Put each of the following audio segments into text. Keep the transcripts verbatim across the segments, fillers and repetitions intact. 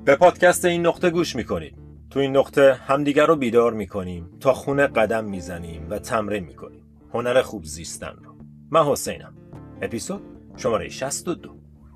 به پادکست این نقطه گوش میکنید. تو این نقطه همدیگر رو بیدار میکنیم، تا خونه قدم میزنیم و تمرین میکنیم هنر خوب زیستن رو. من حسینم. اپیزود شماره شصت و دو.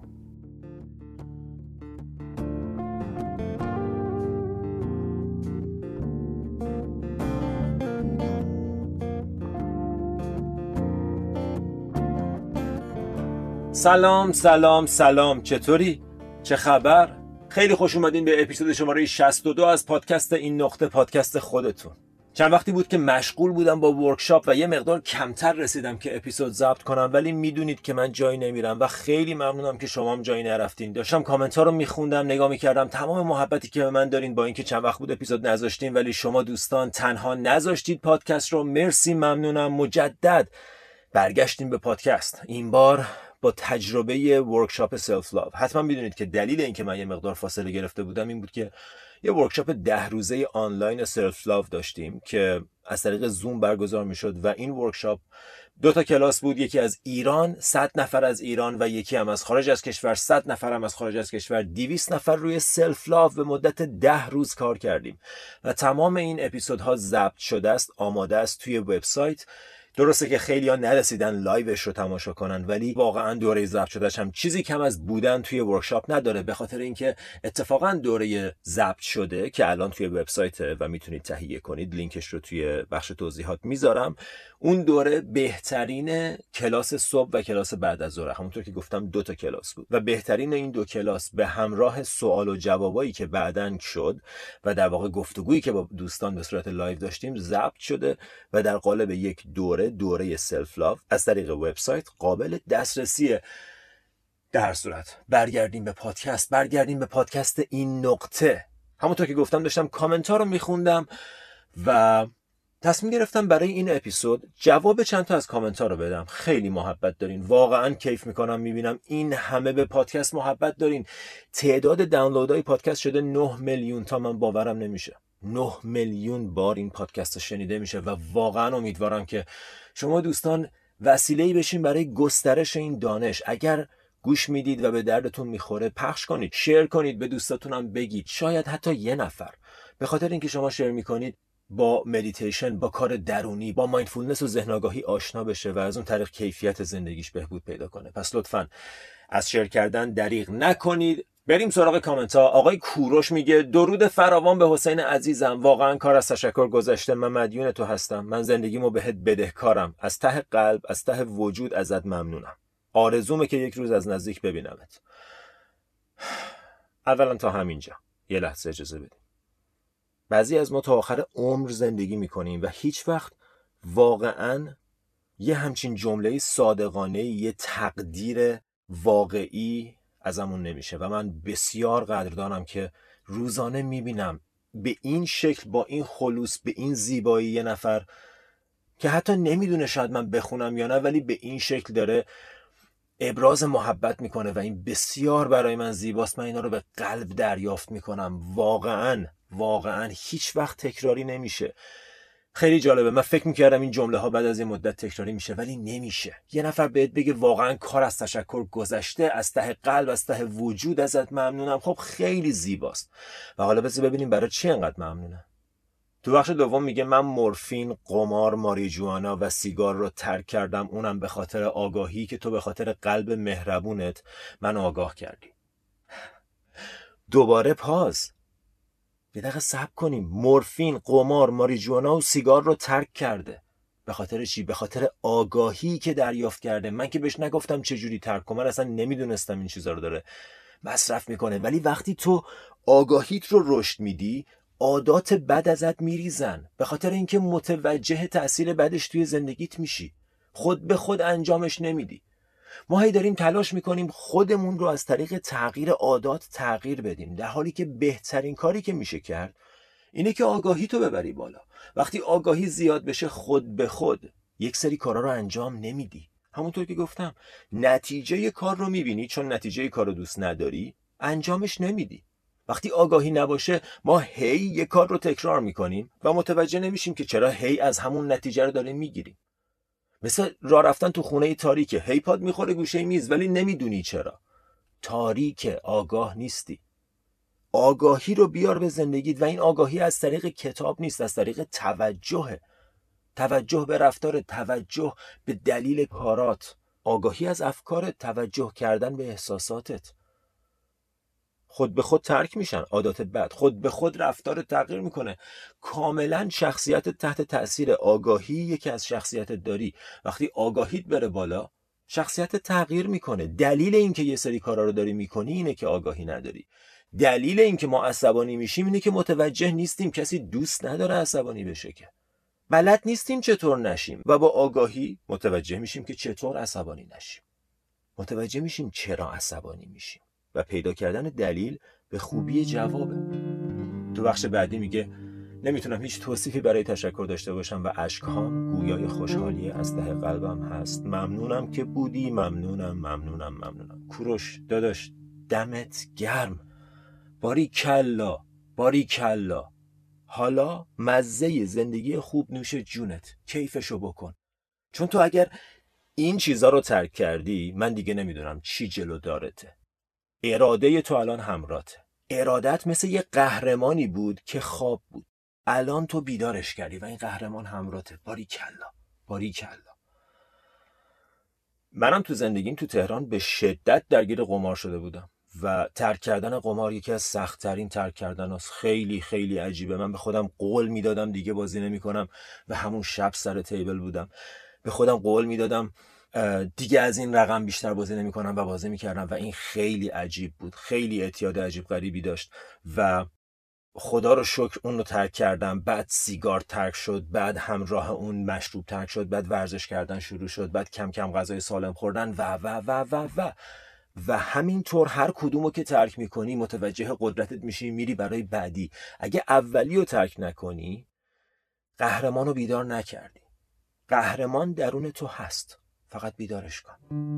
سلام سلام سلام، چطوری؟ چه خبر؟ خیلی خوش اومدین به اپیزود شماره شصت و دو از پادکست این نقطه، پادکست خودتون. چند وقتی بود که مشغول بودم با ورکشاپ و یه مقدار کمتر رسیدم که اپیزود ضبط کنم، ولی میدونید که من جایی نمیرم و خیلی ممنونم که شما هم جایی نرفتین. داشتم کامنت ها رو میخوندم، نگاه میکردم، تمام محبتی که به من دارین، با اینکه چند وقت بود اپیزود نذاشتیم ولی شما دوستان تنها نذاشتید پادکست رو. مرسی، ممنونم. مجدد برگشتیم به پادکست، این بار با تجربه ورکشاپ سلف لاو. حتما میدونید که دلیل اینکه من یه مقدار فاصله گرفته بودم این بود که یه ورکشاپ ده روزه آنلاین سلف لاو داشتیم که از طریق زوم برگزار میشد و این ورکشاپ دو تا کلاس بود، یکی از ایران، صد نفر از ایران، و یکی هم از خارج از کشور، صد نفر هم از خارج از کشور. دویست نفر روی سلف لاو به مدت ده روز کار کردیم و تمام این اپیزودها ضبط شده است، آماده است توی وبسایت. درسته که خیلی ها نرسیدن لایوش رو تماشا کنن، ولی واقعا دوره ضبط شدهش هم چیزی کم از بودن توی ورکشاپ نداره، به خاطر اینکه اتفاقا دوره ضبط شده که الان توی وبسایت و میتونید تهیه کنید، لینکش رو توی بخش توضیحات میذارم. اون دوره بهترین کلاس صبح و کلاس بعد از ظهر، همونطور که گفتم دو تا کلاس بود و بهترین این دو کلاس به همراه سوال و جوابایی که بعداً شد و در واقع گفتگویی که با دوستان به صورت لایو داشتیم ضبط شده و در قالب یک دوره دوره سلف لاو از طریق وبسایت قابل دسترسیه. در صورت برگردیم به پادکست، برگردیم به پادکست این نقطه. همونطور که گفتم داشتم کامنت ها رو میخوندم و تصمیم گرفتم برای این اپیزود جواب چند تا از کامنت ها رو بدم. خیلی محبت دارین، واقعا کیف میکنم میبینم این همه به پادکست محبت دارین. تعداد دانلودهای پادکست شده نه میلیون تا، من باورم نمیشه. نه میلیون بار این پادکست شنیده میشه و واقعا امیدوارم که شما دوستان وسیله‌ای بشین برای گسترش این دانش. اگر گوش میدید و به دردتون میخوره، پخش کنید، شیر کنید، به دوستاتونم بگید، شاید حتی یه نفر. به خاطر اینکه شما شیر میکنید با مدیتیشن، با کار درونی، با مایندفولنس و ذهن آگاهی آشنا بشه و از اون طریق کیفیت زندگیش بهبود پیدا کنه. پس لطفاً از شیر کردن دریغ نکنید. بریم سراغ کامنت ها. آقای کوروش میگه درود فراوان به حسین عزیزم، واقعا کار از تشکر گذشته، من مدیون تو هستم، من زندگیمو بهت بدهکارم، از ته قلب، از ته وجود ازت ممنونم، آرزومه که یک روز از نزدیک ببینمت. اولا تا همینجا یه لحظه اجازه بدیم. بعضی از ما تا آخر عمر زندگی میکنیم و هیچ وقت واقعا یه همچین جمله صادقانه، یه تقدیر واقعی ازمون نمیشه و من بسیار قدردانم که روزانه میبینم به این شکل، با این خلوص، به این زیبایی یه نفر که حتی نمیدونه شاید من بخونم یا نه، ولی به این شکل داره ابراز محبت میکنه و این بسیار برای من زیباست. من اینا رو به قلب دریافت میکنم. واقعا واقعا هیچ وقت تکراری نمیشه. خیلی جالبه، من فکر میکردم این جمله ها بعد از این مدت تکراری میشه، ولی نمیشه. یه نفر بهت بگه واقعا کار از تشکر گذشته، از ته قلب، از ته وجود ازت ممنونم، خب خیلی زیباست. و حالا بذار ببینیم برای چی انقدر ممنونه. تو بخش دوم میگه من مورفین، قمار، ماریجوانا و سیگار رو ترک کردم، اونم به خاطر آگاهی که تو به خاطر قلب مهربونت من آگاه کردی. دوباره پاز، یه دقیقه صبر کنیم. مورفین، قمار، ماریجوانا و سیگار رو ترک کرده. به خاطر چی؟ به خاطر آگاهی که دریافت کرده. من که بهش نگفتم چجوری ترک کنم، من اصلا نمیدونستم این چیزا رو داره مصرف میکنه. ولی وقتی تو آگاهیت رو رشد میدی، عادات بد ازت میریزن، به خاطر اینکه متوجه تأثیر بدش توی زندگیت میشی، خود به خود انجامش نمیدی. ما هی داریم تلاش میکنیم خودمون رو از طریق تغییر عادات تغییر بدیم، در حالی که بهترین کاری که میشه کرد اینه که آگاهی تو ببری بالا. وقتی آگاهی زیاد بشه، خود به خود یک سری کارا رو انجام نمیدی. همونطور که گفتم، نتیجه کار رو میبینی، چون نتیجه کار رو دوست نداری انجامش نمیدی. وقتی آگاهی نباشه، ما هی یک کار رو تکرار میکنیم و متوجه نمیشیم که چرا هی از همون نتیجه رو داریم میگیریم. مثل راه رفتن تو خونه تاریکه، هی پاد میخوره گوشه میز ولی نمیدونی چرا. تاریکه، آگاه نیستی. آگاهی رو بیار به زندگیت و این آگاهی از طریق کتاب نیست، از طریق توجه. توجه به رفتار، توجه به دلیل کارات، آگاهی از افکارت، توجه کردن به احساساتت. خود به خود ترک میشن عادات بد، خود به خود رفتار تغییر میکنه. کاملا شخصیت تحت تأثیر آگاهی یکی از شخصیتت داری. وقتی آگاهیت بره بالا، شخصیت تغییر میکنه. دلیل اینکه یه سری کارا رو داری میکنی اینه که آگاهی نداری. دلیل اینکه ما عصبانی میشیم اینه که متوجه نیستیم. کسی دوست نداره عصبانی بشه، که بلد نیستیم چطور نشیم، و با آگاهی متوجه میشیم که چطور عصبانی نشیم. متوجه میشیم چرا عصبانی میشیم و پیدا کردن دلیل به خوبی جوابه. تو بخش بعدی میگه نمیتونم هیچ توصیفی برای تشکر داشته باشم و اشکهام گویای خوشحالی از ته قلبم هست. ممنونم که بودی، ممنونم ممنونم ممنونم. کوروش داداش دمت گرم، باری کلا باری کلا. حالا مزه زندگی خوب نوش جونت، کیفشو بکن. چون تو اگر این چیزا رو ترک کردی، من دیگه نمیدونم چی جلو دارته. اراده تو الان همراته. ارادت مثل یه قهرمانی بود که خواب بود. الان تو بیدارش کردی و این قهرمان همراته. باری کلا باری کلا. منم تو زندگیم تو تهران به شدت درگیر قمار شده بودم و ترک کردن قمار یکی از سخت‌ترین ترک کردن هست. خیلی خیلی عجیبه. من به خودم قول میدادم دیگه بازی نمی کنم و همون شب سر تیبل بودم. به خودم قول میدادم دیگه از این رقم بیشتر بازی نمی کنم و بازی می کردم و این خیلی عجیب بود. خیلی اعتیاد عجیب غریبی داشت و خدا رو شکر اون رو ترک کردم. بعد سیگار ترک شد، بعد همراه اون مشروب ترک شد، بعد ورزش کردن شروع شد، بعد کم کم غذای سالم خوردن و و و و و و همینطور هر کدومو که ترک میکنی متوجه قدرتت میشی، میری برای بعدی. اگه اولی رو ترک نکنی، قهرمان رو بیدار نکردی. قهرمان درون تو هست، فقط بیدارش کن.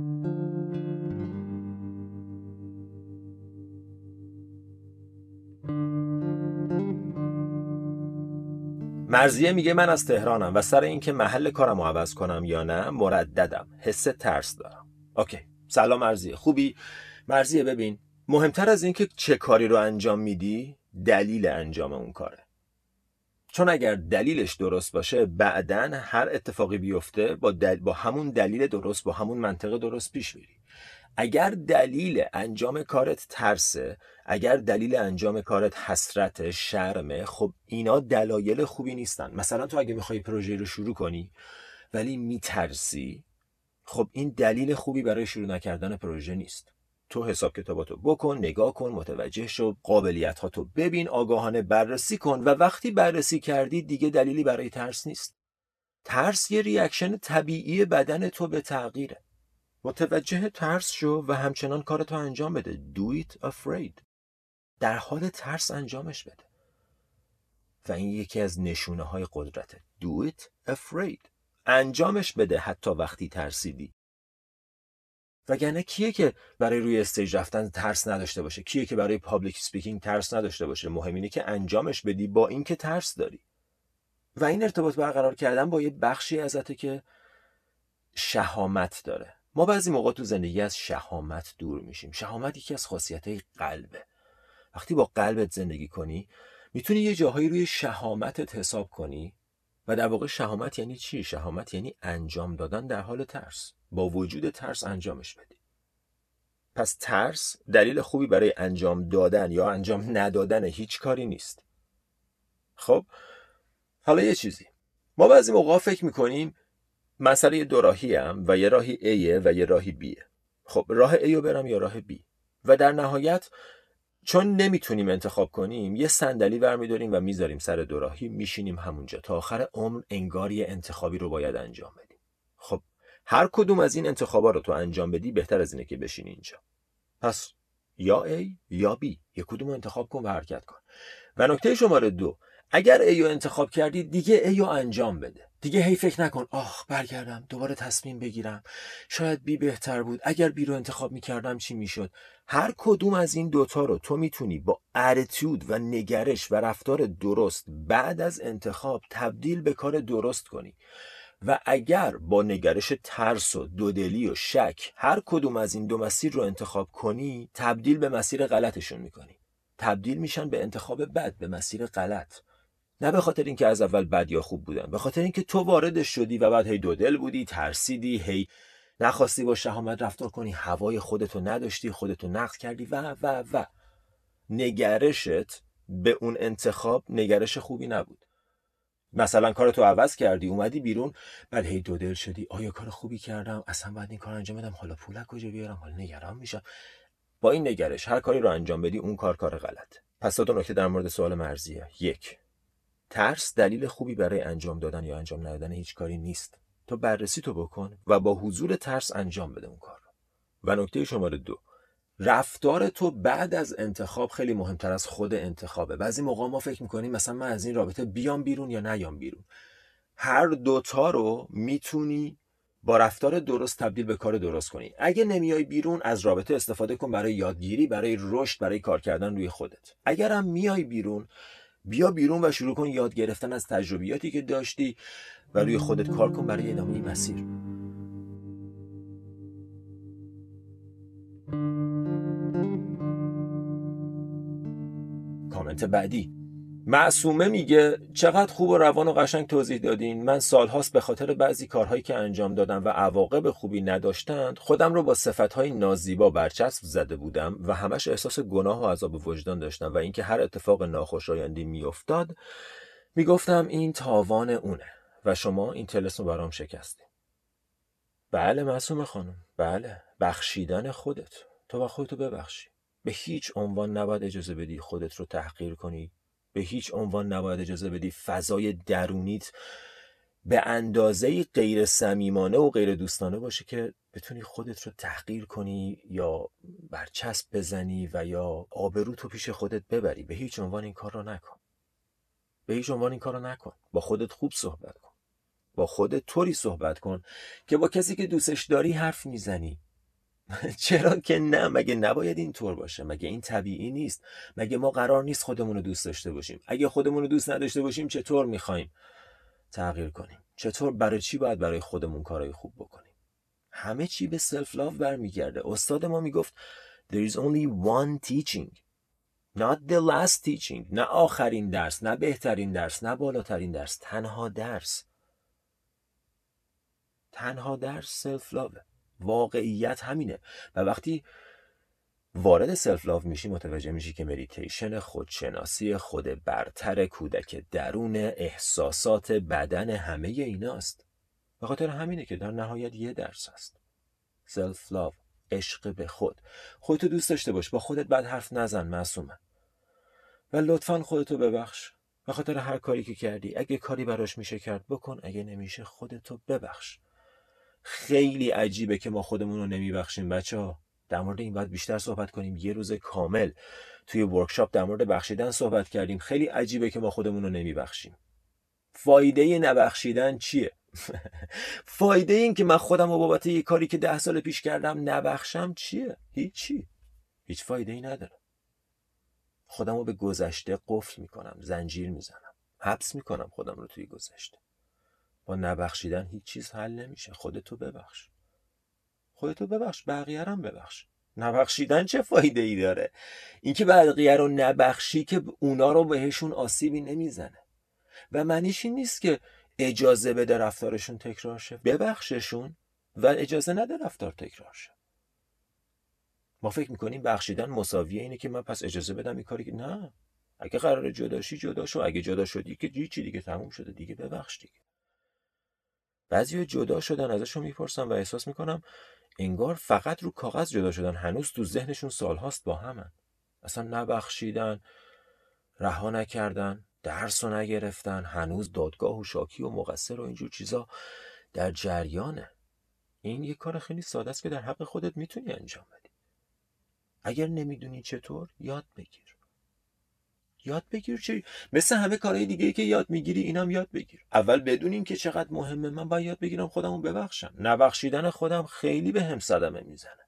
مرضیه میگه من از تهرانم و سر اینکه محل کارم رو عوض کنم یا نه مرددم. حس ترس دارم. اوکی، سلام مرضیه، خوبی؟ مرضیه ببین، مهمتر از اینکه چه کاری رو انجام میدی، دلیل انجام اون کاره. چون اگر دلیلش درست باشه، بعدن هر اتفاقی بیفته با, دل... با همون دلیل درست، با همون منطق درست پیش میری. اگر دلیل انجام کارت ترسه، اگر دلیل انجام کارت حسرت، شرمه، خب اینا دلایل خوبی نیستن. مثلا تو اگه میخوای پروژه رو شروع کنی ولی میترسی، خب این دلیل خوبی برای شروع نکردن پروژه نیست. تو حساب کتاباتو بکن، نگاه کن، متوجه شو، قابلیتاتو ببین، آگاهانه بررسی کن و وقتی بررسی کردی دیگه دلیلی برای ترس نیست. ترس یه ریاکشن طبیعی بدن تو به تغییره. متوجه ترس شو و همچنان کارتو انجام بده. Do it afraid. در حال ترس انجامش بده. و این یکی از نشونه های قدرته. Do it afraid. انجامش بده حتی وقتی ترسیدی. وگرنه کیه که برای روی استیج رفتن ترس نداشته باشه؟ کیه که برای پابلیک سپیکینگ ترس نداشته باشه؟ مهم اینه که انجامش بدی با این که ترس داری. و این ارتباط برقرار کردن با یه بخشی ازته که شهامت داره. ما بعضی موقع تو زندگی از شهامت دور میشیم. شهامت یکی از خاصیت‌های قلبه. وقتی با قلبت زندگی کنی، میتونی یه جاهایی روی شهامتت حساب کنی. و در واقع شهامت یعنی چی؟ شهامت یعنی انجام دادن در حال ترس. با وجود ترس انجامش بدی. پس ترس دلیل خوبی برای انجام دادن یا انجام ندادن هیچ کاری نیست. خب حالا یه چیزی، ما بعضی موقع فکر میکنیم مسئله دو راهی هم و یه راهی A و یه راهی B. خب راه A رو برم یا راه B؟ و در نهایت چون نمیتونیم انتخاب کنیم، یه صندلی برمیداریم و میذاریم سر دو راهی، میشینیم همونجا تا آخر عمر. انگار یه انتخابی رو باید انجام بدیم. خب هر کدوم از این انتخابا رو تو انجام بدی، بهتر از اینه که بشینی اینجا. پس یا A یا B، یه کدوم رو انتخاب کن و حرکت کن. و نکته شماره دو، اگر A رو انتخاب کردی، دیگه A رو انجام بده. دیگه هی فکر نکن آخ برگردم دوباره تصمیم بگیرم، شاید B بهتر بود، اگر B رو انتخاب میکردم چی میشد. هر کدوم از این دوتا رو تو میتونی با اتیتود و نگرش و رفتار درست بعد از انتخاب تبدیل به کار درست کنی. و اگر با نگرش ترس و دودلی و شک هر کدوم از این دو مسیر رو انتخاب کنی، تبدیل به مسیر غلطشون میکنی. تبدیل میشن به انتخاب بد، به مسیر غلط. نه به خاطر اینکه از اول بد یا خوب بودن، به خاطر اینکه تو واردش شدی و بعد هی دو دل بودی، ترسیدی، هی نخواستی با شهامت رفتار کنی، هوای خودتو نداشتی، خودتو نقد کردی و و و نگرشت به اون انتخاب نگرش خوبی نبود. مثلا کارتو عوض کردی، اومدی بیرون، بعد هی دو دل شدی، آیا کار خوبی کردم؟ اصلا باید این کار انجام بدم، حالا پول کجا بیارم؟ حالا نگران میشم. با این نگرش هر کاری رو انجام بدی، اون کار کار غلط. پس دو تا نکته در مورد سوال مرزیه. یک، ترس دلیل خوبی برای انجام دادن یا انجام ندادن هیچ کاری نیست. تو بررسی تو بکن و با حضور ترس انجام بده اون کار رو. و نکته شماره دو، رفتار تو بعد از انتخاب خیلی مهمتر از خود انتخابه. بعضی موقع ما فکر میکنیم مثلا من از این رابطه بیام بیرون یا نیام بیرون. هر دوتا رو میتونی با رفتار درست تبدیل به کار درست کنی. اگه نمیای بیرون، از رابطه استفاده کن برای یادگیری، برای رشد، برای کار کردن روی خودت. اگرم میای بیرون، بیا بیرون و شروع کن یاد گرفتن از تجربیاتی که داشتی و روی خودت کار کن برای ادامه این مسیر. کامنت بعدی، معصومه میگه چقدر خوب و روان و قشنگ توضیح دادین. من سالهاست به خاطر بعضی کارهایی که انجام دادم و عواقب خوبی نداشتند خودم رو با صفتهای نازیبا برچسب زده بودم و همش احساس گناه و عذاب وجدان داشتم و اینکه هر اتفاق ناخوشایندی میافتاد میگفتم این تاوان اونه و شما این طلسم رو برام شکستین. بله معصومه خانم، بله، بخشیدن خودت. تو با خودتو ببخشی. به هیچ عنوان نباید اجازه بدی خودت رو تحقیر کنی. به هیچ عنوان نباید اجازه بدی فضای درونیت به اندازه غیر صمیمانه و غیر دوستانه باشه که بتونی خودت رو تحقیر کنی یا برچسب بزنی و یا آبرو تو پیش خودت ببری. به هیچ عنوان این کار رو نکن. به هیچ عنوان این کار رو نکن. با خودت خوب صحبت کن. با خودت طوری صحبت کن که با کسی که دوستش داری حرف میزنی. چرا که نه؟ مگه نباید این طور باشه؟ مگه این طبیعی نیست؟ مگه ما قرار نیست خودمون رو دوست داشته باشیم؟ اگه خودمون رو دوست نداشته باشیم چطور میخوایم تغییر کنیم؟ چطور، برای چی باید برای خودمون کارهای خوب بکنیم؟ همه چی به سلف لاو برمیگرده. استاد ما میگفت there is only one teaching not the last teaching. نه آخرین درس، نه بهترین درس، نه بالاترین درس. تنها درس تنها درس سلف لاوه. واقعیت همینه. و وقتی وارد سلف لاو میشی متوجه میشی که مدیتیشن، خودشناسی، خود برتر، کودک درون، احساسات، بدن، همه ایناست. به خاطر همینه که در نهایت یه درس هست. سلف لاو، عشق به خود. خودتو دوست داشته باش، با خودت بد حرف نزن معصومه. و لطفاً خودتو ببخش به خاطر هر کاری که کردی. اگه کاری براش میشه کرد بکن، اگه نمیشه خودتو ببخش. خیلی عجیبه که ما خودمون رو نمیبخشیم بچه‌ها. در مورد این باید بیشتر صحبت کنیم. یه روز کامل توی ورکشاپ در مورد بخشیدن صحبت کردیم. خیلی عجیبه که ما خودمون رو نمیبخشیم. فایده نبخشیدن چیه؟ فایده این که من خودم رو بابت یه کاری که ده سال پیش کردم نبخشم چیه؟ هیچی. هیچ فایده ای نداره. خودم رو به گذشته قفل میکنم، زنجیر میزنم، حبس میکنم خودم رو توی گذشته. با نبخشیدن هیچ چیز حل نمیشه. خودتو ببخش. خودتو ببخش، بقیه رو ببخش. نبخشیدن چه فایده ای داره؟ اینکه بقیه رو نبخشی که اونا رو بهشون آسیبی نمیزنه و معنیش این نیست که اجازه بده رفتارشون تکرار شه. ببخششون و اجازه نده رفتار تکرار شه. ما فکر میکنیم بخشیدن مساویه اینه که من پس اجازه بدم این کاری که نه. اگه قراره جداشی جدا شو. اگه جدا شدی که هیچی دیگه، تموم شده دیگه، ببخش دیگه. بعضیا جدا شدن، ازشون میپرسم و احساس میکنم انگار فقط رو کاغذ جدا شدن، هنوز تو ذهنشون سالهاست با همن. اصلا نبخشیدن، رها نکردن، درس رو نگرفتن، هنوز دادگاه و شاکی و مقصر و اینجور چیزا در جریانه. این یه کار خیلی ساده است که در حق خودت میتونی انجام بدی. اگر نمیدونی چطور، یاد بگیر. یاد بگیر. چی؟ مثل همه کارهای دیگه ای که یاد میگیری اینم یاد بگیر. اول بدونیم که چقدر مهمه. من باید یاد بگیرم خودمو ببخشم. نبخشیدن خودم خیلی بهم صدمه میزنه.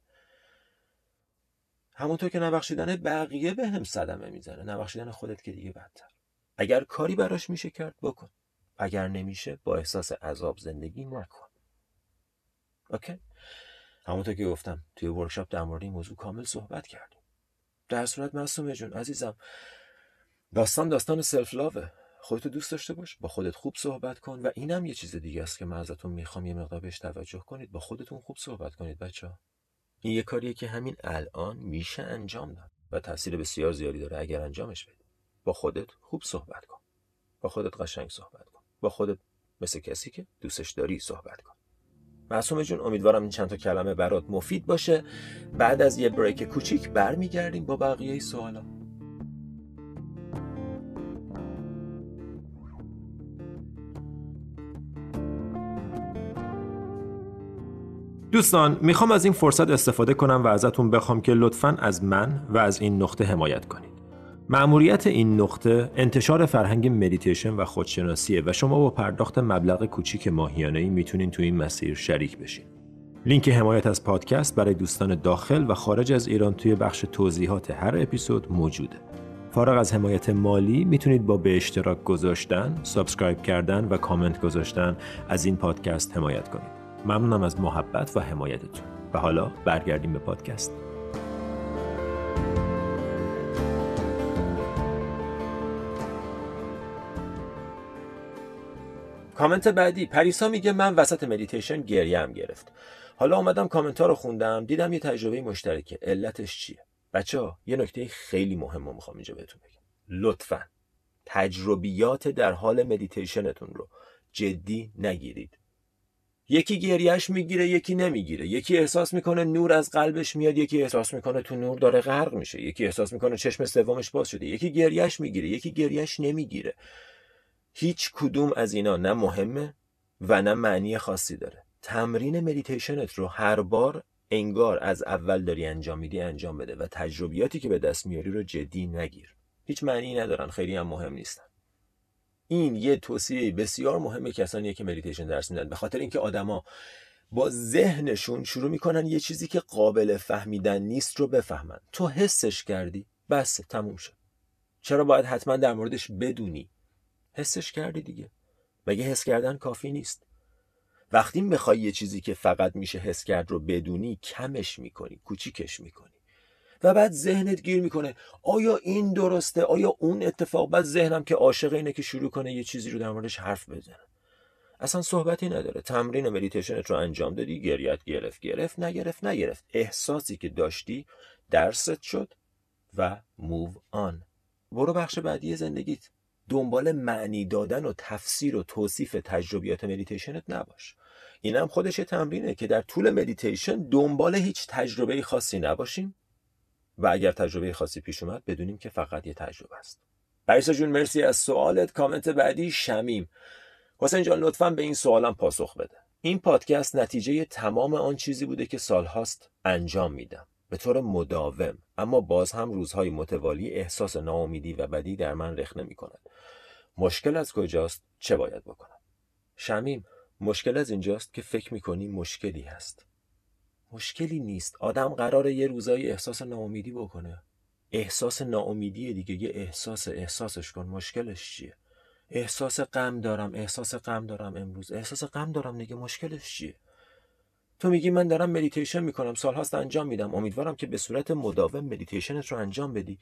همونطور که نبخشیدن بقیه بهم صدمه میزنه، نبخشیدن خودت که دیگه بدتر. اگر کاری براش میشه کرد بکن. اگر نمیشه با احساس عذاب زندگی نکن. اوکی؟ همونطور که گفتم توی ورکشاپ در مورد این موضوع کامل صحبت کردیم. در صورت معصومه جون عزیزم، داستان داستان سلف لاوه. خودتو دوست داشته باش، با خودت خوب صحبت کن و اینم یه چیز دیگه است که من ازتون میخوام یه مقدار بهش توجه کنید. با خودتون خوب صحبت کنید بچه‌ها. این یه کاریه که همین الان میشه انجام داد و تاثیر بسیار زیادی داره اگر انجامش بدی. با خودت خوب صحبت کن. با خودت قشنگ صحبت کن. با خودت مثل کسی که دوستش داری صحبت کن. معصومه جون، امیدوارم این چند تا کلمه برات مفید باشه. بعد از یه بریک کوچیک برمیگردیم با بقیه سوالا. دوستان، میخوام از این فرصت استفاده کنم و ازتون بخوام که لطفاً از من و از این نقطه حمایت کنید. مأموریت این نقطه انتشار فرهنگ مدیتیشن و خودشناسیه و شما با پرداخت مبلغ کوچیک ماهیانه‌ای میتونین تو این مسیر شریک بشین. لینک حمایت از پادکست برای دوستان داخل و خارج از ایران توی بخش توضیحات هر اپیزود موجوده. فارغ از حمایت مالی میتونید با به اشتراک گذاشتن، سابسکرایب کردن و کامنت گذاشتن از این پادکست حمایت کنید. ممنونم از محبت و حمایتتون. و حالا برگردیم به پادکست. کامنت بعدی، پریسا میگه من وسط مدیتیشن گریم گرفت. حالا اومدم کامنت ها رو خوندم، دیدم یه تجربه مشترکه. علتش چیه؟ بچه‌ها یه نکته خیلی مهم رو میخوام اینجا بهتون بگم. لطفاً تجربیات در حال مدیتیشنتون رو جدی نگیرید. یکی گریهش میگیره، یکی نمیگیره. یکی احساس میکنه نور از قلبش میاد، یکی احساس میکنه تو نور داره غرق میشه، یکی احساس میکنه چشم سومش باز شده. یکی گریهش میگیره، یکی گریهش نمیگیره. هیچ کدوم از اینا نه مهمه و نه معنی خاصی داره. تمرین مدیتیشنت رو هر بار انگار از اول داری انجام میدی انجام بده و تجربیاتی که به دست میاری رو جدی نگیر. هیچ معنی ندارن، خیلی هم مهم نیستن. این یه توصیه بسیار مهمه کسانیه که مدیتیشن درس میدن، به خاطر اینکه آدما با ذهنشون شروع میکنن یه چیزی که قابل فهمیدن نیست رو بفهمن. تو حسش کردی، بس تموم شد. چرا باید حتما در موردش بدونی؟ حسش کردی دیگه. مگه حس کردن کافی نیست؟ وقتی میخوای یه چیزی که فقط میشه حس کرد رو بدونی، کمش میکنی، کوچیکش میکنی و بعد ذهنت گیر میکنه آیا این درسته، آیا اون اتفاق. بعد ذهنم که عاشق اینه که شروع کنه یه چیزی رو در موردش حرف بزنه. اصلا صحبتی نداره. تمرین مدیتیشنت رو انجام دادی، گریت گرفت گرفت، نگرفت نگرفت، احساسی که داشتی درست شد و موو آن. برو بخش بعدی زندگیت. دنبال معنی دادن و تفسیر و توصیف تجربیات مدیتیشنت نباش. اینم خودش تمرینه که در طول مدیتیشن دنبال هیچ تجربه خاصی نباشیم و اگر تجربه خاصی پیش اومد بدونیم که فقط یه تجربه است. پریسا جون مرسی از سوالت. کامنت بعدی، شمیم. حسین جان لطفاً به این سوالم پاسخ بده. این پادکست نتیجه تمام آن چیزی بوده که سالهاست انجام میدم به طور مداوم، اما باز هم روزهای متوالی احساس ناامیدی و بدی در من رخنه می‌کند. مشکل از کجاست؟ چه باید بکنم؟ شمیم، مشکل از اینجاست که فکر می‌کنی مشکلی هست. مشکلی نیست. آدم قراره یه روزایی احساس ناامیدی بکنه. احساس ناامیدی دیگه یه احساس، احساسش کن. مشکلش چیه؟ احساس غم دارم، احساس غم دارم امروز. احساس غم دارم دیگه، مشکلش چیه؟ تو میگی من دارم مدیتیشن میکنم، سالهاست انجام میدم. امیدوارم که به صورت مداوم مدیتیشنت رو انجام بدی.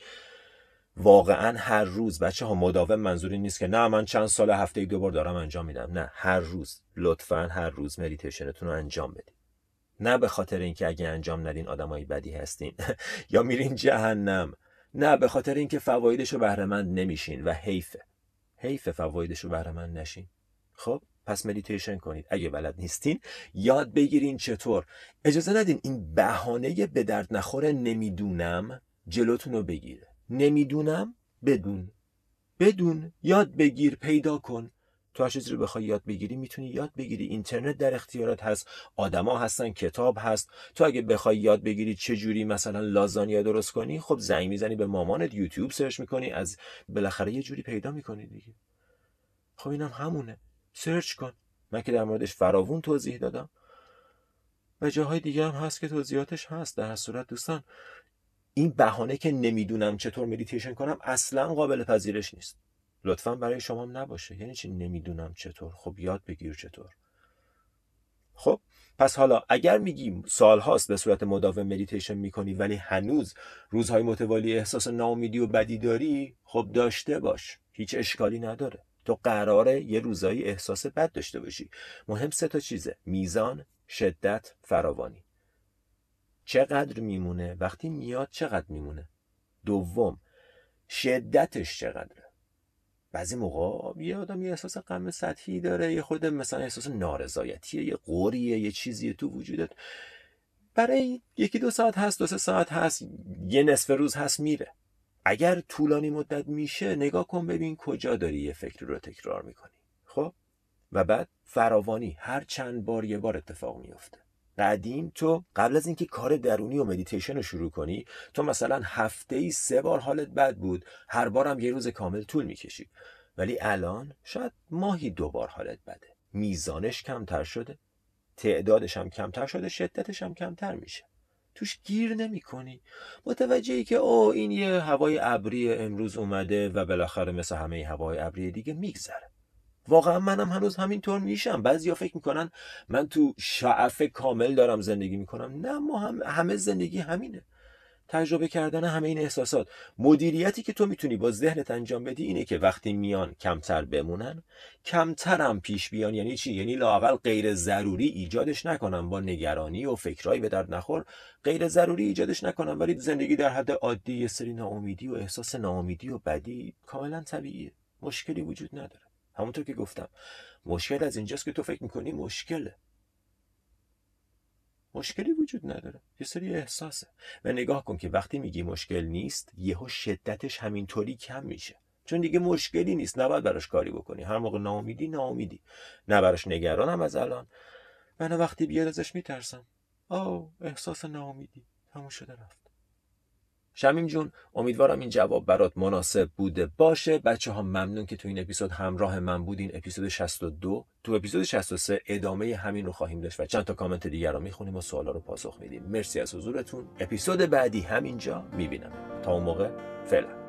واقعا هر روز. بچه ها مداوم منظوری نیست که نه من چند سال هفته ای دو بار دارم انجام میدم. نه، هر روز. لطفاً هر روز مدیتیشنتون رو انجام بدید. نه به خاطر اینکه اگه انجام ندین آدمای بدی هستین یا میرین جهنم. نه، به خاطر اینکه فوایدشو بهره مند نمیشین و حیفه. حیف فوایدشو بهره مند نشین. خب پس مدیتیشن کنید. اگه بلد نیستین یاد بگیرین چطور. اجازه ندین این بهانه به درد نخور نمیدونم جلوتون رو بگیره. نمیدونم، بدون. بدون، یاد بگیر، پیدا کن. تو هر چیزی رو بخوای یاد بگیری میتونی یاد بگیری. اینترنت در اختیارت هست، آدما هستن، کتاب هست. تو اگه بخوای یاد بگیری چه جوری مثلا لازانیا درست کنی، خب زنگ میزنی به مامانت، یوتیوب سرچ میکنی، از بالاخره یه جوری پیدا میکنی دیگه. خب اینم همونه. سرچ کن. من که در موردش فراوون توضیح دادم و جاهای دیگه هم هست که توضیحاتش هست. در هر صورت دوستان، این بهانه که نمیدونم چطور مدیتیشن کنم اصلا قابل پذیرش نیست. لطفاً برای شما هم نباشه. یعنی چی نمیدونم چطور؟ خب یاد بگیر چطور. خب پس حالا اگر میگی سالهاست به صورت مداوم مدیتیشن میکنی ولی هنوز روزهای متوالی احساس ناامیدی و بدی داری، خب داشته باش، هیچ اشکالی نداره. تو قراره یه روزایی احساس بد داشته باشی. مهم سه تا چیزه: میزان، شدت، فراوانی. چقدر میمونه؟ وقتی میاد چقدر میمونه؟ دوم، شدتش چقدره؟ بعضی موقع یه آدم یه احساس غم سطحی داره، یه خود مثلا احساس نارضایتیه، یه قوریه، یه چیزیه تو وجودت، برای یکی دو ساعت هست، دو سه ساعت هست، یه نصف روز هست، میره. اگر طولانی مدت میشه، نگاه کن ببین کجا داری یه فکر رو تکرار میکنی. خب و بعد فراوانی، هر چند بار یه بار اتفاق میفته. قدیم تو قبل از اینکه کار درونی و مدیتیشن رو شروع کنی، تو مثلا هفته‌ای سه بار حالت بد بود، هر بارم یه روز کامل طول میکشید. ولی الان شاید ماهی دو بار حالت بده. میزانش کمتر شده، تعدادش هم کمتر شده، شدتش هم کمتر میشه. توش گیر نمی کنی. متوجهی که او این یه هوای ابری امروز اومده و بالاخره مثل همه هوای ابری دیگه میگذره. واقعا منم هنوز همینطور میشم. بعضیا فکر میکنن من تو شعف کامل دارم زندگی میکنم. نه، ما هم همه زندگی همینه. تجربه کردن همه این احساسات. مدیریتی که تو میتونی با ذهنت انجام بدی اینه که وقتی میان کمتر بمونن، کمتر هم پیش بیان. یعنی چی؟ یعنی لااقل غیر ضروری ایجادش نکنم، با نگرانی و فکرایی به درد نخور غیر ضروری ایجادش نکنم، ولی زندگی در حد عادی یه سری ناامیدی و احساس ناامیدی و بدی کاملا طبیعیه. مشکلی وجود نداره. همونطور که گفتم، مشکل از اینجاست که تو فکر میکنی مشکله. مشکلی وجود نداره، یه سری احساسه. و نگاه کن که وقتی میگی مشکل نیست، یهو شدتش همینطوری کم میشه، چون دیگه مشکلی نیست، نباید براش کاری بکنی. هر موقع ناامیدی ناامیدی، نه براش نگرانم از الان. من وقتی بیاد ازش میترسم. آه، احساس ناامیدی تموم شده رفت. شمیم جون، امیدوارم این جواب برات مناسب بوده باشه. بچه ها ممنون که تو این اپیزود همراه من بودین. اپیزود شصت و دو. تو اپیزود شصت و سه ادامه همین رو خواهیم داشت و چند تا کامنت دیگر رو میخونیم و سوالا رو پاسخ میدیم. مرسی از حضورتون. اپیزود بعدی همینجا میبینم. تا اون موقع فعلا.